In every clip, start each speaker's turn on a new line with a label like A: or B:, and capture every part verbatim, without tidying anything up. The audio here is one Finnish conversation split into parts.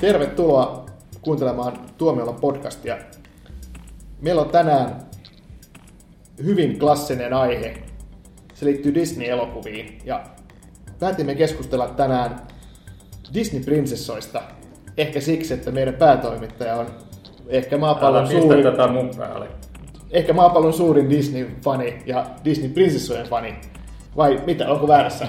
A: Tervetuloa kuuntelemaan Tuomiolla podcastia. Meillä on tänään hyvin klassinen aihe. Se liittyy Disney-elokuviin ja päätimme keskustella tänään Disney-prinsessoista. Ehkä siksi, että meidän päätoimittaja on ehkä maapallon suurin, ehkä maapallon suurin Disney-fani ja Disney-prinsessojen fani. Vai mitä, onko väärässä?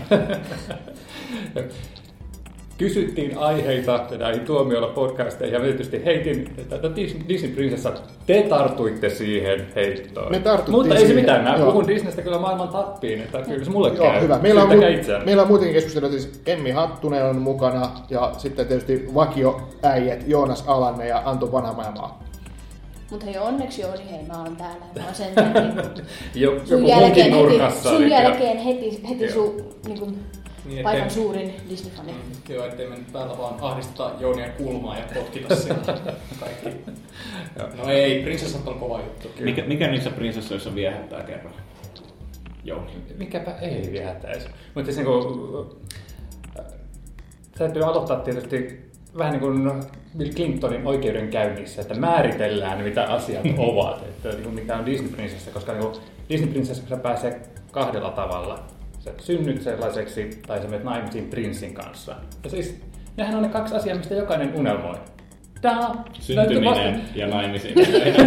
B: Kysyttiin aiheita näihin Tuomiolla podcasteihin ja tietysti heitin, että Disney-prinsessat, te tartuitte siihen heittoon.
A: Me tartuttiin
B: Mutta ei se mitään, mä
A: Joo.
B: puhun Disneystä kyllä maailman tappiin, että kyllä se mulle
A: Joo,
B: käy.
A: hyvä. Meillä on,
B: mu-
A: meillä on muutenkin keskustelua, siis Emmi Hattunen on mukana ja sitten tietysti vakioäijät Joonas Alanne ja Anto Vanhamajamaa.
C: Mutta hei, onneksi Jooni, hei, mä oon täällä. Mä oon sen jälkeen,
B: Joku
C: sun jälkeen
B: nurkassa.
C: heti, sun
B: eli-
C: jälkeen heti, heti sun niin
D: Niin,
C: paikan
D: ettei-
C: suurin Disney-fani.
D: Mm, joo, ettei me nyt täällä vaan ahdisteta Joonia kulmaa ja potkita sieltä kaikki. No ei, prinsessat on kova juttu.
E: Mikä, mikä niissä prinsessoissa viehättää kerran? Jouni.
B: Mikäpä ei viehättäisi. Mutta siis niinku, äh, täytyy aloittaa tietysti vähän niin kuin Bill Clintonin oikeudenkäynnissä, että määritellään mitä asiat ovat, että niin kuin mikä on Disney-prinsessa, koska niin kuin Disney-prinsessa pääsee kahdella tavalla. Sä synnyt sellaiseksi tai sä menet naimisiin prinssin kanssa. Ja siis nehän on ne kaksi asiaa, mistä jokainen unelmoi. Tää
E: Syntyminen ja naimisiin.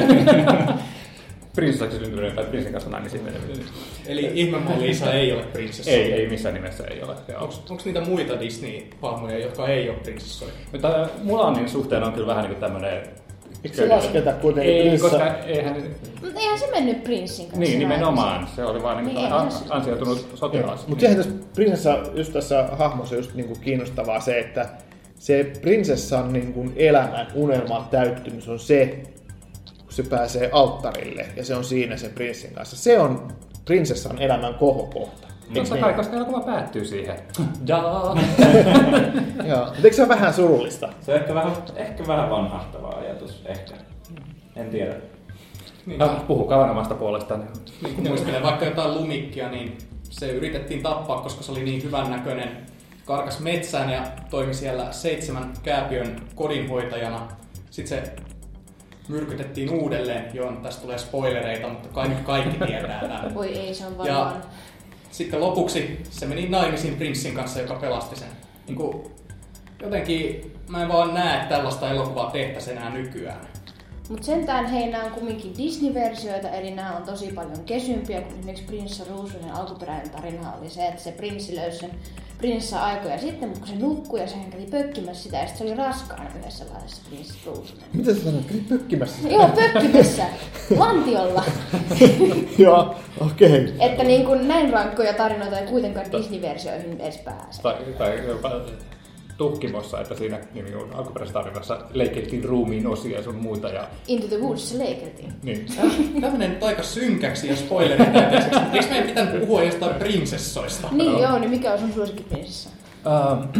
B: Prinsessaksi syntyminen tai prinssin kanssa naimisiin meneminen.
D: Eli Ihmemaa Liisa ei ole prinsessa.
B: Ei, ei missään nimessä ei ole.
D: Onko niitä muita Disney-hahmoja, jotka ei ole prinsessoja?
B: Mutta Mulanin suhteen on kyllä vähän niin kuin tämmöinen...
A: Eikö se lasketa kuitenkin
B: Ei,
A: prinsessa?
B: koska eihän...
C: Mutta eihän se mennyt prinssin kanssa.
B: Niin, nimenomaan. Se oli vaan niin
C: Niin,
B: an-
C: se-
B: ansioitunut sotilas.
A: Mutta sehän tässä prinsessa, just tässä hahmossa just niinku kiinnostavaa se, että se prinsessan niinku elämän unelman täyttymys on se, kun se pääsee alttarille ja se on siinä sen prinssin kanssa. Se on prinsessan elämän kohokohta.
B: Totta kai, koska elokuva päättyy siihen. Daa!
A: Joo. Mutta eikö se ole vähän surullista?
E: Se on ehkä vähän, ehkä vähän vanhahtava ajatus, ehkä. En tiedä.
D: Niin,
B: No, puhukaa omasta puolestaan.
D: niin kun muistelen vaikka jotain Lumikkia, niin se yritettiin tappaa, koska se oli niin hyvän näköinen. Karkas metsään ja toimi siellä seitsemän kääpiön kodinhoitajana. Sitten se myrkytettiin uudelleen. Joo, tästä tulee spoilereita, mutta kai nyt kaikki tietää tämän.
C: Voi ei, se on
D: Ja
C: varmaan.
D: sitten lopuksi se meni naimisiin prinssin kanssa, joka pelasti sen. Niin kuin, jotenkin mä en vaan näe, että tällaista elokuvaa tehtäisiin enää nykyään.
C: Mutta sentään hei, nämä on kumminkin Disney-versioita, eli nämä on tosi paljon kesympiä, kun esimerkiksi Prinsessa Ruusunen alkuperäinen tarina oli se, että se prinssi löysi sen prinsessa aikoja sitten, mutta kun se nukkui ja sehän kävi pökkimässä sitä, ja sitten se oli raskaana yhdessä vaiheessa Prinsessa Ruusunen.
A: Mitä sä sanoit? Kävit pökkimässä?
C: Joo, pökkimässä, lantiolla.
A: Joo, okei. Okay.
C: Että niin kuin näin rankkoja tarinoita ei kuitenkaan Disney-versioihin edes pääse.
B: Tai, tai jopa tuhkimossa, että siinä niin alkuperäisessä tarinassa leikeltiin ruumiin osia ja sun muita. Ja...
C: Into the Woods se leikeltiin.
B: Niin.
D: Tämä menee nyt aika synkäksi ja spoileritäyteiseksi. Eikö meidän pitänyt puhua jostain prinsessoista?
C: Niin joo, niin mikä on sun suosikkiprinsessa?
B: Uh,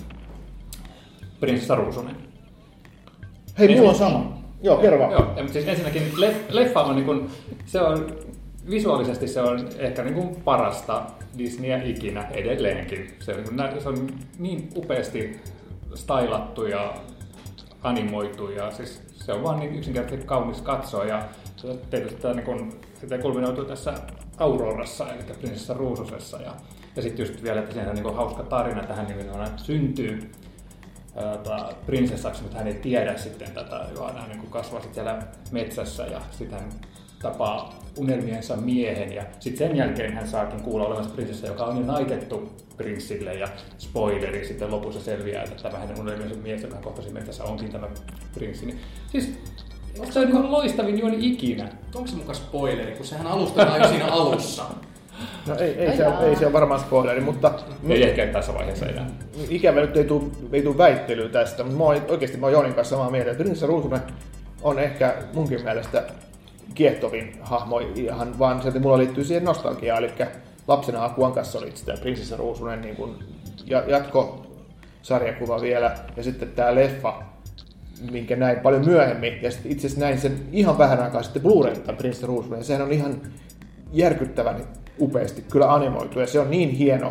B: Prinsessa Ruusunen.
A: Hei, mulla on sama. Joo, kerro vaan.
B: Joo, ja, siis ensinnäkin leff, leffa on, niin kuin, se on visuaalisesti se on ehkä niin kuin parasta Disneyä ikinä edelleenkin. Se on, se on niin upeasti stylattu ja animoitu ja siis se on vaan niin yksinkertaisesti kaunis katsoa ja tietysti tämä niin sitä kulminoituu tässä Aurorassa eli Prinsessa Ruususessa ja, ja sitten just vielä, että siinä on niin hauska tarina, että hän nimenomaan syntyy ää, prinsessaksi, mutta hän ei tiedä sitten tätä, vaan hän niin kasvaa sitten siellä metsässä ja sitten hän tapaa unelmiensa miehen ja sitten sen jälkeen hän saakin kuulla olemassa prinsessa, joka on jo naitettu prinssille ja spoileri sitten lopussa selviää, että tämä hänen unelmiensa mies, joka hän kohtasi metsässä, onkin tämä prinssi. Niin, siis se on niin loistavin juoni ikinä.
D: Onko se mukaan spoileri, kun sehän alustetaan jo siinä alussa?
A: No ei, ei, se, ei se ole varmaan spoileri, mutta
B: Ei ehkä tässä vaiheessa enää.
A: ikävä nyt ei tule, ei tule väittelyä tästä, mutta mä oon, oikeasti mä oon Joonin kanssa samaa mieltä, että Prinsessa Ruusunen on ehkä munkin mielestä kiehtovin hahmo, ihan vaan se, että mulla liittyy siihen nostalgiaan, eli lapsena Akuan kanssa oli sitä Prinsessa Ruusunen niin kuin jatkosarjakuva vielä, ja sitten tää leffa, minkä näin paljon myöhemmin, ja sitten itse asiassa näin sen ihan vähän aikaa sitten Blu-raylta Prinsessa Ruusunen, ja sehän on ihan järkyttävän upeasti kyllä animoitu, ja se on niin hieno,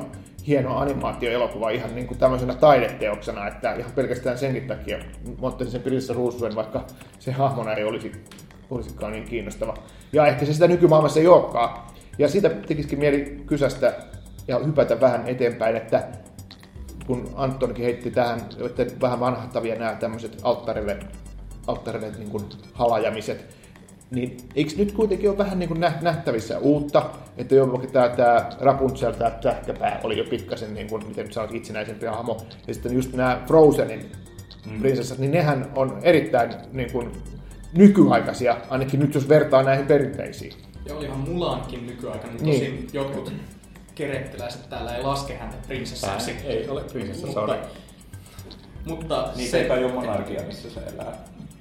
A: hieno animaatioelokuva ihan niin kuin tämmöisenä taideteoksena, että ihan pelkästään senkin takia mä ottaisin sen Prinsessa Ruusujen, vaikka se hahmona ei olisi, olisikaan niin kiinnostava. Ja ehkä se sitä nykymaailmassa ei olekaan. Ja siitä tekisikin mieli kysästä ja hypätä vähän eteenpäin, että kun Antonikin heitti tähän, että vähän vanhahtavia nämä tämmöiset alttarille, alttarille niin kuin halajamiset, niin eikö nyt kuitenkin ole vähän niin kuin nähtävissä uutta, että jo tämä, tämä Rapunzel, tämä sähköpää oli jo pikkasen, niin kuin, miten nyt sanoit, itsenäisempi hahmo, ja sitten just nämä Frozenin mm. prinsessat, niin nehän on erittäin niin kuin, nykyaikaisia, ainakin nyt jos vertaa näihin perinteisiin.
D: Ja olihan Mulankin nykyaikainen, niin tosin niin. Jotkut kerettiläiset täällä ei laske häntä prinsessaksi.
B: Ei ole prinsessa,
D: mutta,
B: sorry.
D: Mutta
E: niin se ei ole monarkia, missä se elää.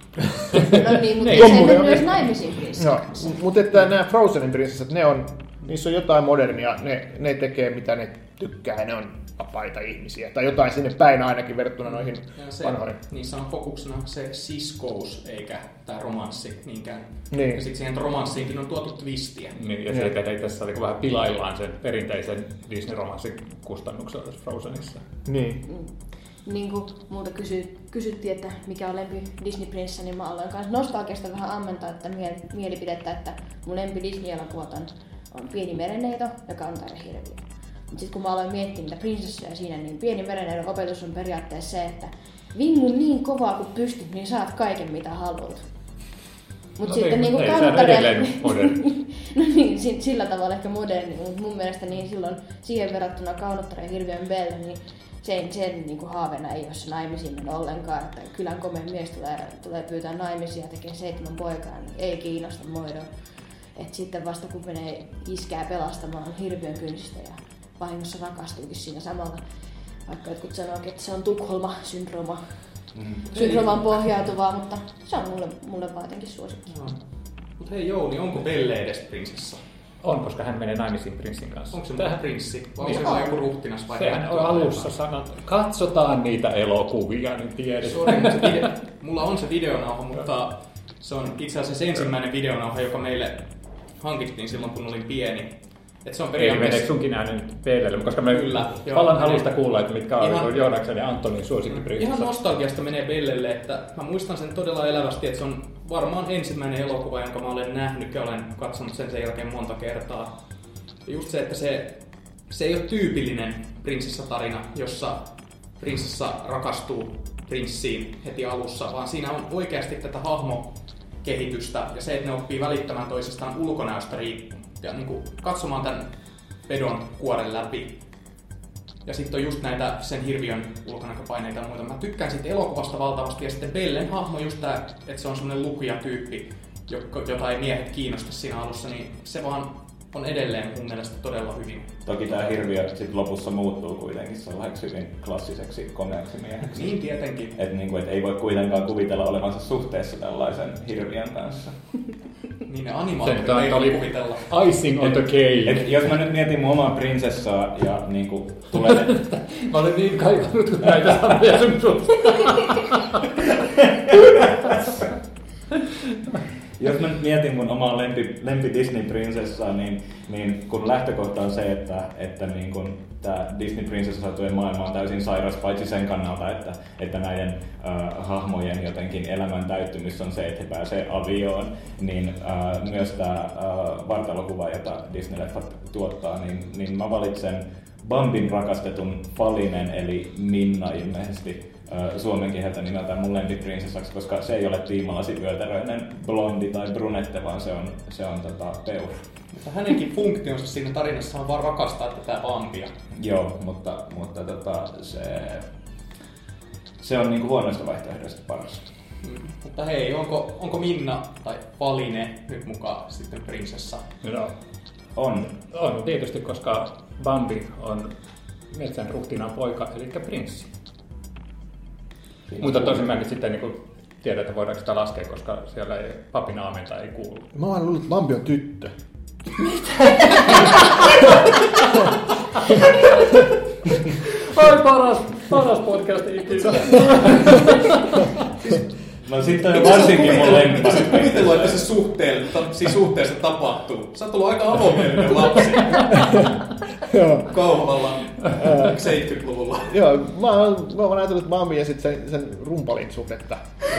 C: No niin, mutta se mennyt myös naimisiin prinsessaksi.
A: No, mutta että nämä Frozenin prinsessat, ne on, niissä on jotain modernia, ne, ne tekee mitä ne tykkää, ne on vapaita ihmisiä. Tai jotain sinne päin ainakin verrattuna noihin
D: se,
A: vanhoihin.
D: Niissä on fokuksena se siskous, eikä tämä romanssi niinkään.
A: Niin.
D: Ja sitten siihen romanssiinkin on tuotu twistiä.
B: Niin, ja se, että ei tässä niin vähän pilaillaan sen perinteisen Disney-romanssin kustannuksella tässä Frozenissa.
A: Niin.
C: Niin kuin multa kysy, kysyttiin, että mikä on lempi Disney-prinsessa, niin mä aloin kanssa nostalgiasta vähän ammentaa että mie, mielipidettä, että mun lempi Disney-elokuvat on, on Pieni merenneito ja Kantainen hirviö. Mutta sitten kun mä aloin miettiä niitä prinsessoja siinä, niin Pieni merenneidon opetus on periaatteessa se, että vingu niin kovaa kuin pystyt, niin saat kaiken mitä haluat. Mutta
B: no
C: sitten
B: niin,
C: niinku
B: ei,
C: Kantainen...
B: moderni.
C: No niin, sillä tavalla ehkä moderni, mutta mun mielestä niin silloin siihen verrattuna Kaunottaren hirviön Belle, niin sen, sen niin kuin haaveena ei ole se naimisiin mennä ollenkaan, että kylän komea mies tulee, tulee pyytää naimisia ja tekee seitsemän poikaa, niin ei kiinnosta moido. Et sitten vasta kun menee iskää pelastamaan hirviön kynsistä ja vahingossa rakastuukin siinä samalla. Vaikka jotkut sanoo, että se on Tukholma-syndrooma. Mm. Syndroomaan pohjautuvaa, mutta se on mulle, mulle vaan jotenkin suosikki.
D: No. Mutta hei Jouni, onko Belle edes prinsessa?
B: On, koska hän menee naimisiin prinssin kanssa.
D: Onko se Tähän... prinssi? Vai onko se vain joku ruhtinas? Vai
B: sehän on alussa sanonut, katsotaan niitä elokuvia, niin tiedetään.
D: Sorry, se video, mulla on se videonauha, mutta se on itse asiassa ensimmäinen videonauha, joka meille hankittiin silloin, kun olin pieni. Et se on periaatteessa...
B: Eli meneekö sunkin äänen Bellelle, koska me
D: Kyllä,
B: palan halusta kuulla, että mitkä
D: ihan,
B: on Joonaksen ja Antonin suosikkiprinsessa.
D: Ihan nostalgiasta menee Bellelle, että mä muistan sen todella elävästi, että se on varmaan ensimmäinen elokuva, jonka mä olen nähnyt ja olen katsonut sen sen jälkeen monta kertaa. Ja just se, että se, se ei ole tyypillinen prinsessatarina, jossa prinsessa rakastuu prinssiin heti alussa, vaan siinä on oikeasti tätä hahmokehitystä ja se, että ne oppii välittämään toisestaan ulkonäöstä riippuen. Ja niin kuin katsomaan tämän pedon kuoren läpi. Ja sitten on just näitä sen hirviön ulkonäköpaineita ja muita. Mä tykkään siitä elokuvasta valtavasti. Ja sitten Bellen hahmo just tää, että se on semmonen lukijatyyppi, jota ei miehet kiinnosta siinä alussa, niin se vaan on edelleen mun mielestä todella hyvin.
E: Toki tää hirviö sit lopussa muuttuu kuitenkin sellaiseksi hyvin klassiseksi komeaksi mieheksi.
D: Niin tietenkin.
E: Että niinku, et ei voi kuitenkaan kuvitella olevansa suhteessa tällaisen hirviön kanssa.
D: Niin ne animaattorit ei voi kuvitella.
B: Icing on the cake.
E: Et jos mä nyt mietin mun omaa prinsessaa ja niinku tulee...
B: Mä olen niin kaivannut, kun näitä sanoja sun suusta.
E: Jos mä nyt mietin mun omaa lempi, lempi Disney-prinsessaa, niin, niin kun lähtökohta on se, että, että niin kun tää Disney-prinsessasatujen maailma on täysin sairas, paitsi sen kannalta, että, että näiden äh, hahmojen jotenkin elämän täyttymys on se, että he pääsee avioon, niin äh, myös tää äh, vartalokuva, jota Disney-leffat tuottaa, niin, niin mä valitsen Bambin rakastetun Falinen, eli Minna ilmeisesti. Suomen kieltä nimeltään mun lempiprinsessaksi, koska se ei ole tiimalasivyötäröinen blondi tai brunette, vaan se on, se on tota, peura.
D: Mutta hänenkin funktionsa siinä tarinassa on vaan rakastaa tätä Bambia.
E: Joo, mutta, mutta tota, se, se on niinku huonoista vaihtoehdoista paras.
D: Mm, mutta hei, onko, onko Minna tai Faline nyt mukaan sitten prinsessa?
B: No.
E: On.
B: On tietysti, koska Bambi on metsän ruhtinaan poika, eli prinssi. Siinä mutta tosin mä nyt sitten niin tiedän, että voidaanko sitä laskea, koska siellä ei papin aamenta ei kuulu.
A: Mä oon luullut, että Bambi on tyttö.
B: Oi paras, paras podcast ikinä.
D: Siis,
E: No sitten on varsinkin mun lemppari.
D: Sä kuvitellut, että se suhteen, siinä suhteessa tapahtuu. Sä oot ollut aika avomielinen lapsi. Kauhavalla seitsemänkymmentäluvulla.
A: Joo, mä oon, mä oon ajatellut mammin ja sitten sen, sen rumpalin suhdetta.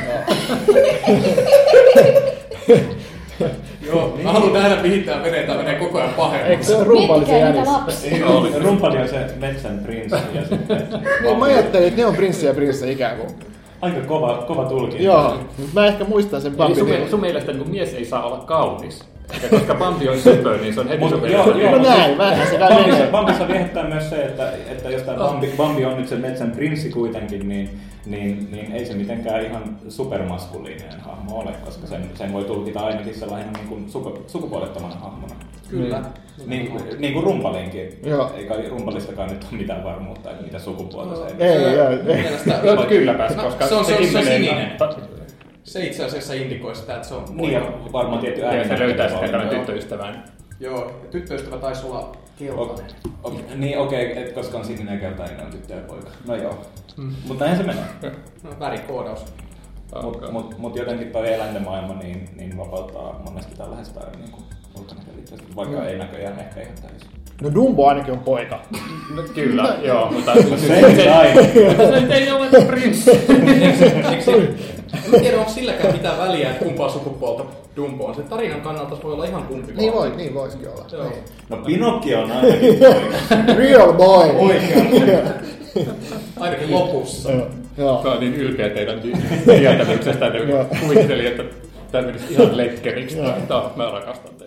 D: Joo, mä haluan nähdä mihin tää menee, tää menee koko ajan pahemmaksi.
A: Eikö se ole rumpali se
C: Miettikää niitä
A: jänis?
C: lapsia.
E: Rumpali on se metsän prinssi ja sitten...
A: Niin, mä ajattelin, että ne on prinssi ja prinssi ikään kuin.
E: Aika kova, kova tulkinta.
A: Joo, mutta mä ehkä muistan sen
B: Eli
A: Bambin.
B: sun, sun mielestä niin mies ei saa olla kaunis. Ja koska Bambi on söpö, niin se on heti
E: Mut,
B: sun
E: joo,
B: mielestä.
E: joo,
A: No
E: mut
A: näin,
E: siis
A: vähän se kai
E: Bambissa,
A: menee.
E: Bambissa viehättää myös se, että, että jos tämä Bambi, Bambi on nyt se metsän prinssi kuitenkin, niin, niin, niin ei se mitenkään ihan supermaskuliininen hahmo ole, koska sen, sen voi tulkita ainakin sellainen niin kuin suku, sukupuolettomana hahmona.
D: Kyllä.
E: Niin, niin kuin rumpalinkin.
A: Joo.
E: Eikä rumpalistakaan nyt ole mitään varmuutta, että mitä sukupuolta se
A: Ei, ei, ei.
D: Mielestä-
B: No, kylläpäs, koska
D: se on, se on,
B: sekin
D: se on
B: menee-
D: sininen. Se itse asiassa indikoi sitä, että se on
E: Niin, ja varmaan tietty
B: Ja se löytää sitten tämän
E: Joo.
B: tyttöystävän.
D: Joo, ja tyttöystävä taisi olla keltainen.
E: O- o- niin okei, okay, koska on sininen ja keltainen, niin on tyttö ja poika. No joo. Mm. Mutta näin se menee.
D: No, värikoodaus.
E: Mutta mut, mut jotenkin toi eläinten maailma niin, niin vapauttaa monesti tällaisesta niin kuin ulkonäköliitteestä, vaikka
A: Mm.
E: ei näköjään ehkä ihan täysin.
A: No Dumbo ainakin on poika.
B: No, kyllä, joo, mutta
E: No se ei aina.
B: se nyt ei ole prinssi.
D: Eikö se- En mä tiedä, onko silläkään mitään väliä, että kumpaa sukupuolta Dumbo on. Se tarinan kannalta se voi olla ihan kumpi
A: Niin
D: vaan.
A: voi, niin voisikin olla.
D: Joo.
A: Niin.
E: No Pinocchio on ainakin poika.
A: Real boy!
D: Oikein. Ainakin lopussa.
A: Joo, joo.
B: Mä oon niin ylpeä teidän tietämyksestä, että
A: Joo.
B: kuvittelin, että tämä menisi ihan lekkeriksi. Mä rakastan.